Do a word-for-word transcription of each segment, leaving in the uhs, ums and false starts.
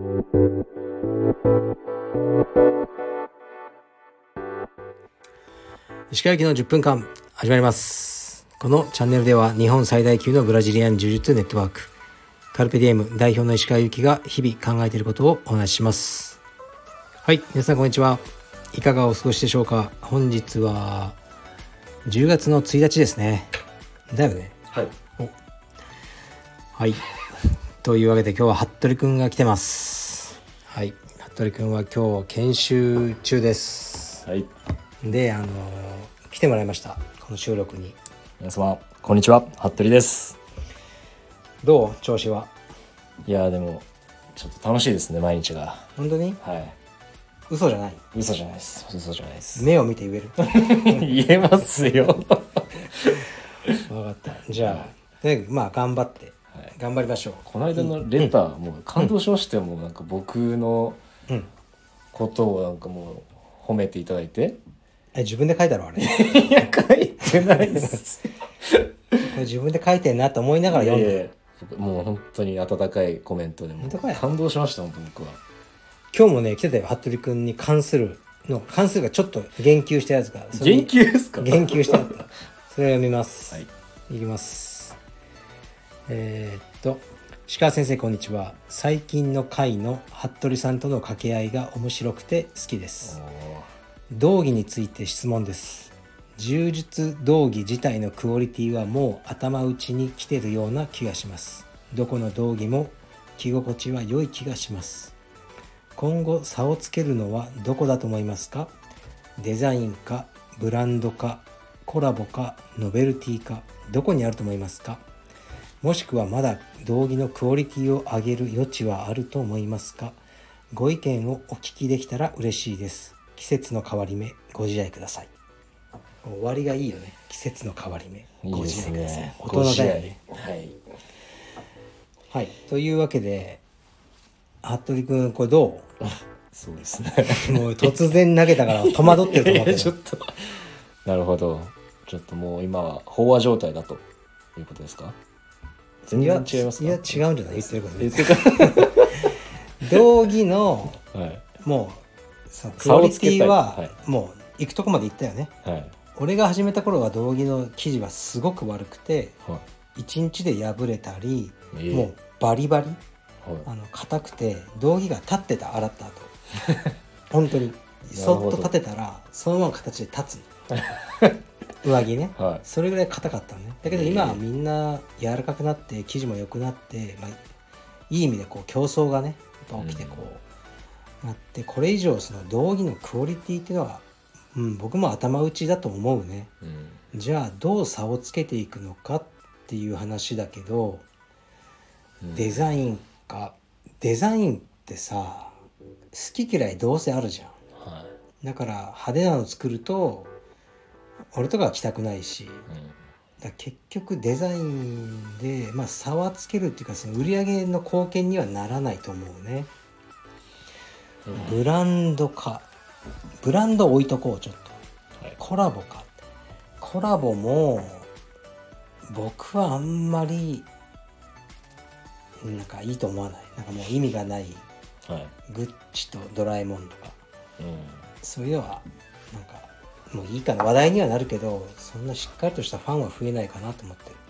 石川行きのじゅっぷんかん始まります。このチャンネルでは日本最大級のブラジリアン柔術ネットワークカルペディエム代表の石川行きが日々考えていることをお話しします。はい、皆さんこんにちは。いかがお過ごしでしょうか。本日はじゅうがつのついたちですね。だよね。 はい。 おはいというわけで今日は服部くんが来てます。はい、服部くんは今日研修中です。 はい。 で、あのー、来てもらいました。この収録に。 皆様こんにちは、服部です。 どう調子は。 いやでもちょっと楽しいですね、毎日が。 本当に。 はい。 嘘じゃない。 嘘じゃないです。嘘じゃないです。 目を見て言える。 言えますよ。 分かった。じゃあ、ね、まあ頑張って、はい、頑張りましょう。 この間のレター、うん、もう感動しましたよ。もうなんか僕のことをなんかもう褒めていただいて。 え、自分で書いたろあれ。 いや書いてないです。 自分で書いてんなと思いながら読んで。いやいや、 もう本当に温かいコメントでも感動しました。本当僕は。 今日もね来てたよ。服部くんに関するの関数がちょっと言及したやつが。 言及ですか。 言及したやつ。それを読みます。 はい。 いきます。えー、っと石川先生こんにちは。最近の回の服部さんとの掛け合いが面白くて好きです。道着について質問です。柔術道着自体のクオリティはもう頭打ちに来てるような気がします。どこの道着も着心地は良い気がします。今後差をつけるのはどこだと思いますか。デザインかブランドかコラボかノベルティか、どこにあると思いますか。もしくはまだ道着のクオリティを上げる余地はあると思いますか。ご意見をお聞きできたら嬉しいです。季節の変わり目ご自愛ください。終わりがいいよね。季節の変わり目ご自愛ください。いいですね、大人だよね。 はい、 はい、というわけで服部くんこれどう。 そうですね。 もう突然投げたから戸惑ってると思うけど。 ちょっとなるほど。ちょっともう今は飽和状態だということですか。全然違いますか。 いや、いや違うんじゃない。言ってること言ってる道着の、 はい、 もうそのクオリティは、はい、もう行くとこまで行ったよね、はい、俺が始めた頃は道着の生地はすごく悪くて、はい、いちにちで破れたり、えー、もうバリバリ、はい、あの硬くて道着が立ってた。洗った後本当にそっと立てたらそのまま形で立つ上着ね、はい、それぐらい硬かったのね。だけど今はみんな柔らかくなって生地も良くなって、まあ、いい意味でこう競争がね起きてこう、うん、なって、これ以上その道着のクオリティっていうのは、うん、僕も頭打ちだと思うね、うん、じゃあどう差をつけていくのかっていう話だけど、うん、デザインかデザインってさ好き嫌いどうせあるじゃん、はい、だから派手なの作ると俺とかは着たくないし、うん、だ結局デザインで、まあ、差はつけるっていうかその売り上げの貢献にはならないと思うね、うん、ブランドかブランド置いとこうちょっと、はい、コラボかコラボも僕はあんまりなんかいいと思わない。なんかもう意味がない、はい、グッチとドラえもんとか、うん、そういうのはなんかもういいかな、話題にはなるけどそんなしっかりとしたファンは増えないかなと思ってる。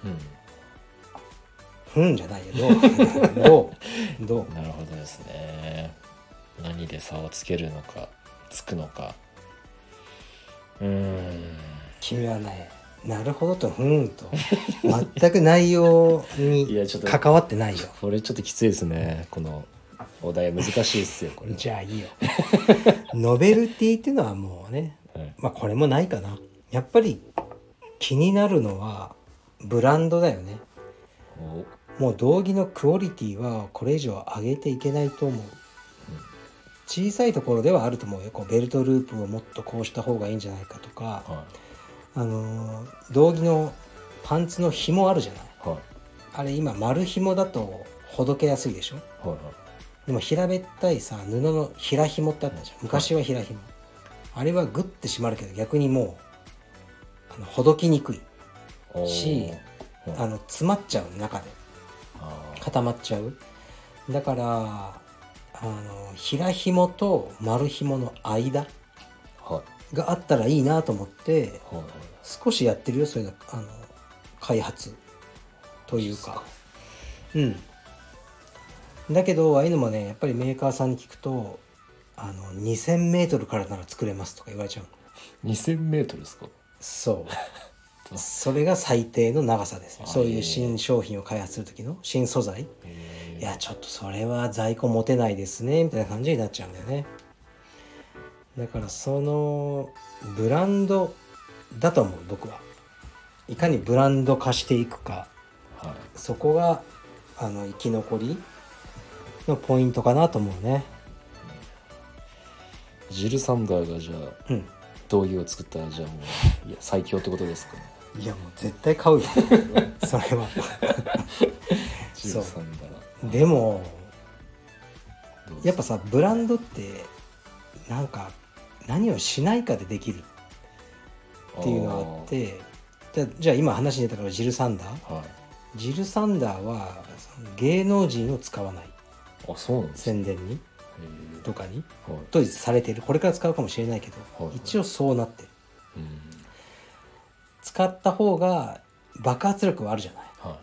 うん、ふんじゃないよ。どうどうどうなるほどですね。何で差をつけるのかつくのか。うーん君はね、なるほどとふんと全く内容に関わってないよ。 これちょっときついですね。このお題難しいですよこれ。 じゃあいいよ。ノベルティっていうのはもうね、はい、まあこれもないかな。やっぱり気になるのはブランドだよね。もう道着のクオリティはこれ以上上げていけないと思う、うん、小さいところではあると思うよ。こうベルトループをもっとこうした方がいいんじゃないかとか、はい、あの道着のパンツの紐あるじゃない、はい、あれ今丸紐だとほどけやすいでしょ、はいはい、でも平べったいさ布の平紐ってあったじゃん昔は。平紐、はい、あれはグッて締まるけど逆にもうあのほどきにくいし、あの詰まっちゃう中で固まっちゃう。だからあの平紐と丸紐の間があったらいいなと思って、はいはい、少しやってるよそういうの、あの開発というか、うんだけどああいうのもねやっぱりメーカーさんに聞くとあのにせんメートルからなら作れますとか言われちゃう。 にせんメートルですか？ そうそれが最低の長さですね。そういう新商品を開発する時の新素材、いやちょっとそれは在庫持てないですねみたいな感じになっちゃうんだよね。だからそのブランドだと思う。僕はいかにブランド化していくか、はい、そこがあの生き残りのポイントかなと思うね。 ジル・サンダーがじゃあ、うん、道着を作ったらじゃあもういや最強ってことですかね。 いやもう絶対買うよそれはジル・サンダーでもやっぱさブランドってなんか何をしないかでできるっていうのがあってじゃ、じゃあ今話に出たからジル・サンダー、はい、ジル・サンダーは芸能人を使わない。 あ、そうなんですか。 宣伝にとかに、はい、当時されている。これから使うかもしれないけど、はいはい、一応そうなってる、うん、使った方が爆発力はあるじゃない、はい、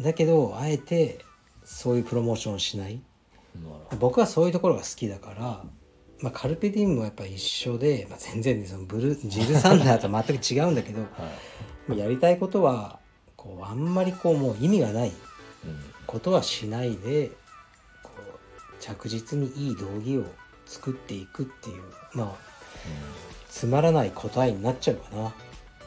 だけどあえてそういうプロモーションをしない。僕はそういうところが好きだから、まあ、カルペディウムもやっぱり一緒で、まあ、全然、ね、そのブルジル・サンダーとは全く違うんだけど、はい、やりたいことはこうあんまりこうもう意味がないことはしないで、こう着実にいい道着を作っていくっていうまあ、うん、つまらない答えになっちゃうかな。なるほど。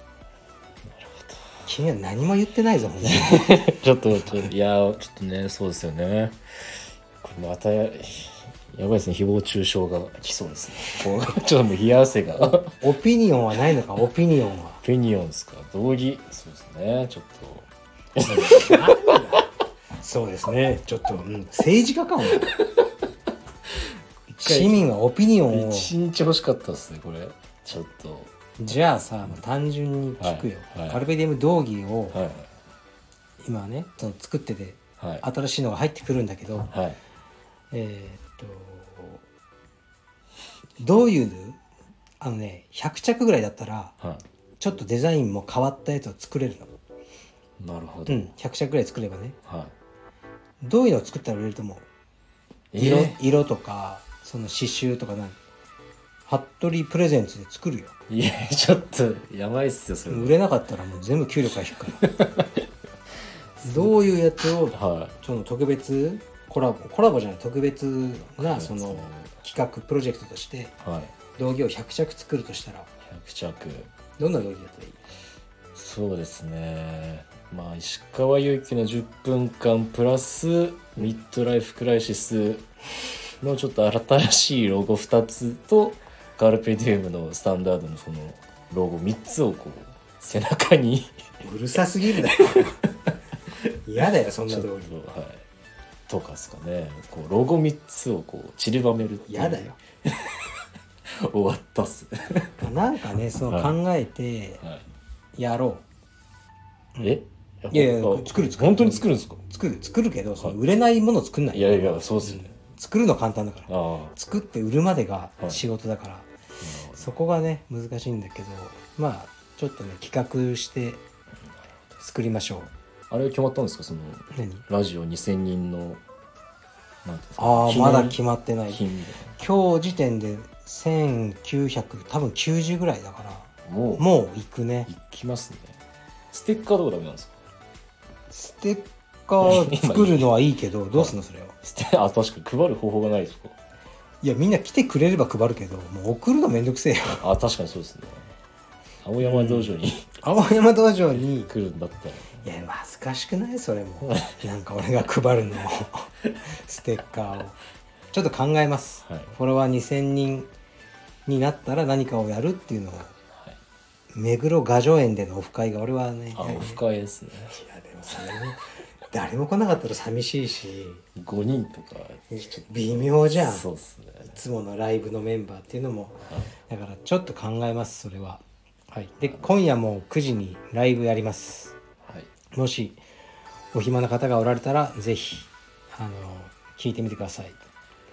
君は何も言ってないぞほんとにちょっとちょっといやちょっとねそうですよね。これまたやばいですね。誹謗中傷が来そうですね。こうちょっともう冷や汗がオピニオンはないのか。オピニオンはオピニオンですか。道着そうですね。ちょっとそうですねちょっと、うん、政治家かも市民はオピニオンを一日欲しかったですねこれちょっと。 じゃあさ単純に聞くよ、はいはい、カルペディウム道着を、はい、今ねその作ってて、はい、新しいのが入ってくるんだけど、はい、えー、っとどういうあのねひゃく着ぐらいだったら、はい、ちょっとデザインも変わったやつを作れるの。なるほど、 うん、ひゃく着ぐらい作ればね、はい、どういうのを作ったら売れると思う？色、えー、色とかその刺繍とか何服部プレゼンツで作るよ。 いやちょっとやばいっすよそれ。 売れなかったらもう全部給料から引くからどういうやつを、はい、その特別コラボコラボじゃない特別なその企画プロジェクトとして、はい、道着をひゃく着作るとしたらひゃく着どんな道着だったらいい？ そうですねまあ石川祐希のじゅっぷんかんプラスミッドライフクライシスのちょっと新しいロゴふたつとカルペディウムのスタンダードのそのロゴみっつをこう背中にうるさすぎるだよ嫌だよそんな道着、はい、 とかですかね。こうロゴみっつをこう散りばめるっていう。 嫌だよ終わったっすなんかねそう考えてやろう、はいはい、 うん、えいやいや作る作る本当に作るんですか？ 作る作るけど、はい、その売れないものを作んない。 いやいやそうですね、 うん、作るの簡単だから作って売るまでが仕事だから、はい、そこがね難しいんだけどまあちょっとね企画して作りましょう。 あれ決まったんですかその何ラジオにせんにんのなんていうんですかああまだ決まってない。今日時点でせんきゅうひゃく多分きゅうじゅうぐらいだからもうもう行くね。 行きますね。ステッカーどこダメなんですか？ ステッカー作るのはいいけどどうすんのそれを。 ステあ確かに配る方法がないですか？ いやみんな来てくれれば配るけどもう送るのめんどくせえよあ確かにそうですね。青山道場に、うん、 青山道場に来るんだったらいや恥ずかしくないそれもなんか俺が配るのもステッカーをちょっと考えます、はい、フォロワーにせんにんになったら何かをやるっていうのを、はい、目黒雅叙園でのオフ会が俺はねあオフ会ですね。 いやでもそれも誰も来なかったら寂しいしごにんとか微妙じゃん。 そうっすね。 いつものライブのメンバーっていうのも、はい、だからちょっと考えますそれは。はい、で今夜もくじにライブやります、はい、もしお暇な方がおられたらぜひあの聞いてみてください。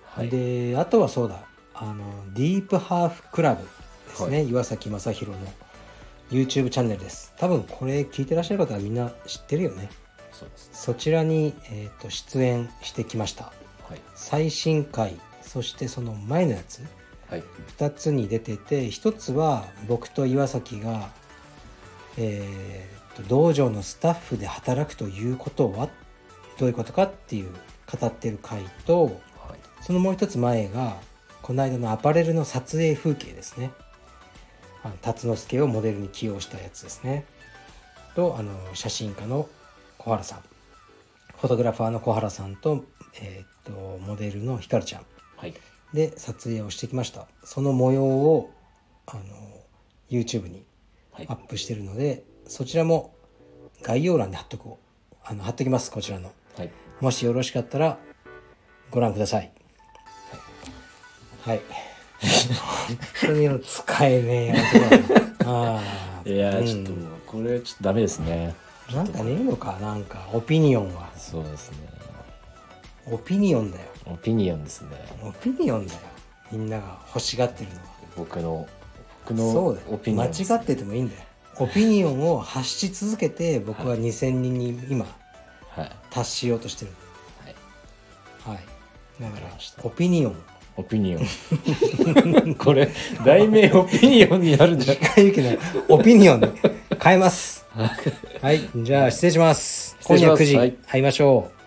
はい、であとはそうだあのディープハーフクラブですね、はい、岩崎正弘の YouTube チャンネルです。多分これ聞いてらっしゃる方はみんな知ってるよね。 そうです、ね、 そちらに、えーと、出演してきました、はい、最新回そしてその前のやつ、はい、ふたつに出てて、ひとつは僕と岩崎が、えーと、道場のスタッフで働くということはどういうことかっていう語ってる回と、はい、そのもう一つ前がこの間のアパレルの撮影風景ですね。あの辰之助をモデルに起用したやつですね。とあの写真家の小原さん、フォトグラファーの小原さんと、えー、とモデルのひかるちゃん、はい、で撮影をしてきました。その模様をあの YouTube にアップしてるので、はい、そちらも概要欄に貼っとこうあの貼っときます。こちらの、はい、もしよろしかったらご覧ください。はい、はい本当に使えねえあいや、うん、ちょっとこれちょっとダメですね。 なんかねえのか、なんかオピニオンは。 そうですね、 オピニオンだよ。 オピニオンですね。 オピニオンだよ。みんなが欲しがってるのは僕の僕のそうだよ。オピニオン、間違っててもいいんだよ。オピニオンを発し続けて僕はにせんにんに今、はい、達しようとしてる。はい、はい、だからオピニオンオピニオンこれ題名オピニオンになるんじゃないゆきのオピニオンに変えますはい、じゃあ失礼します。今夜くじ会いましょう。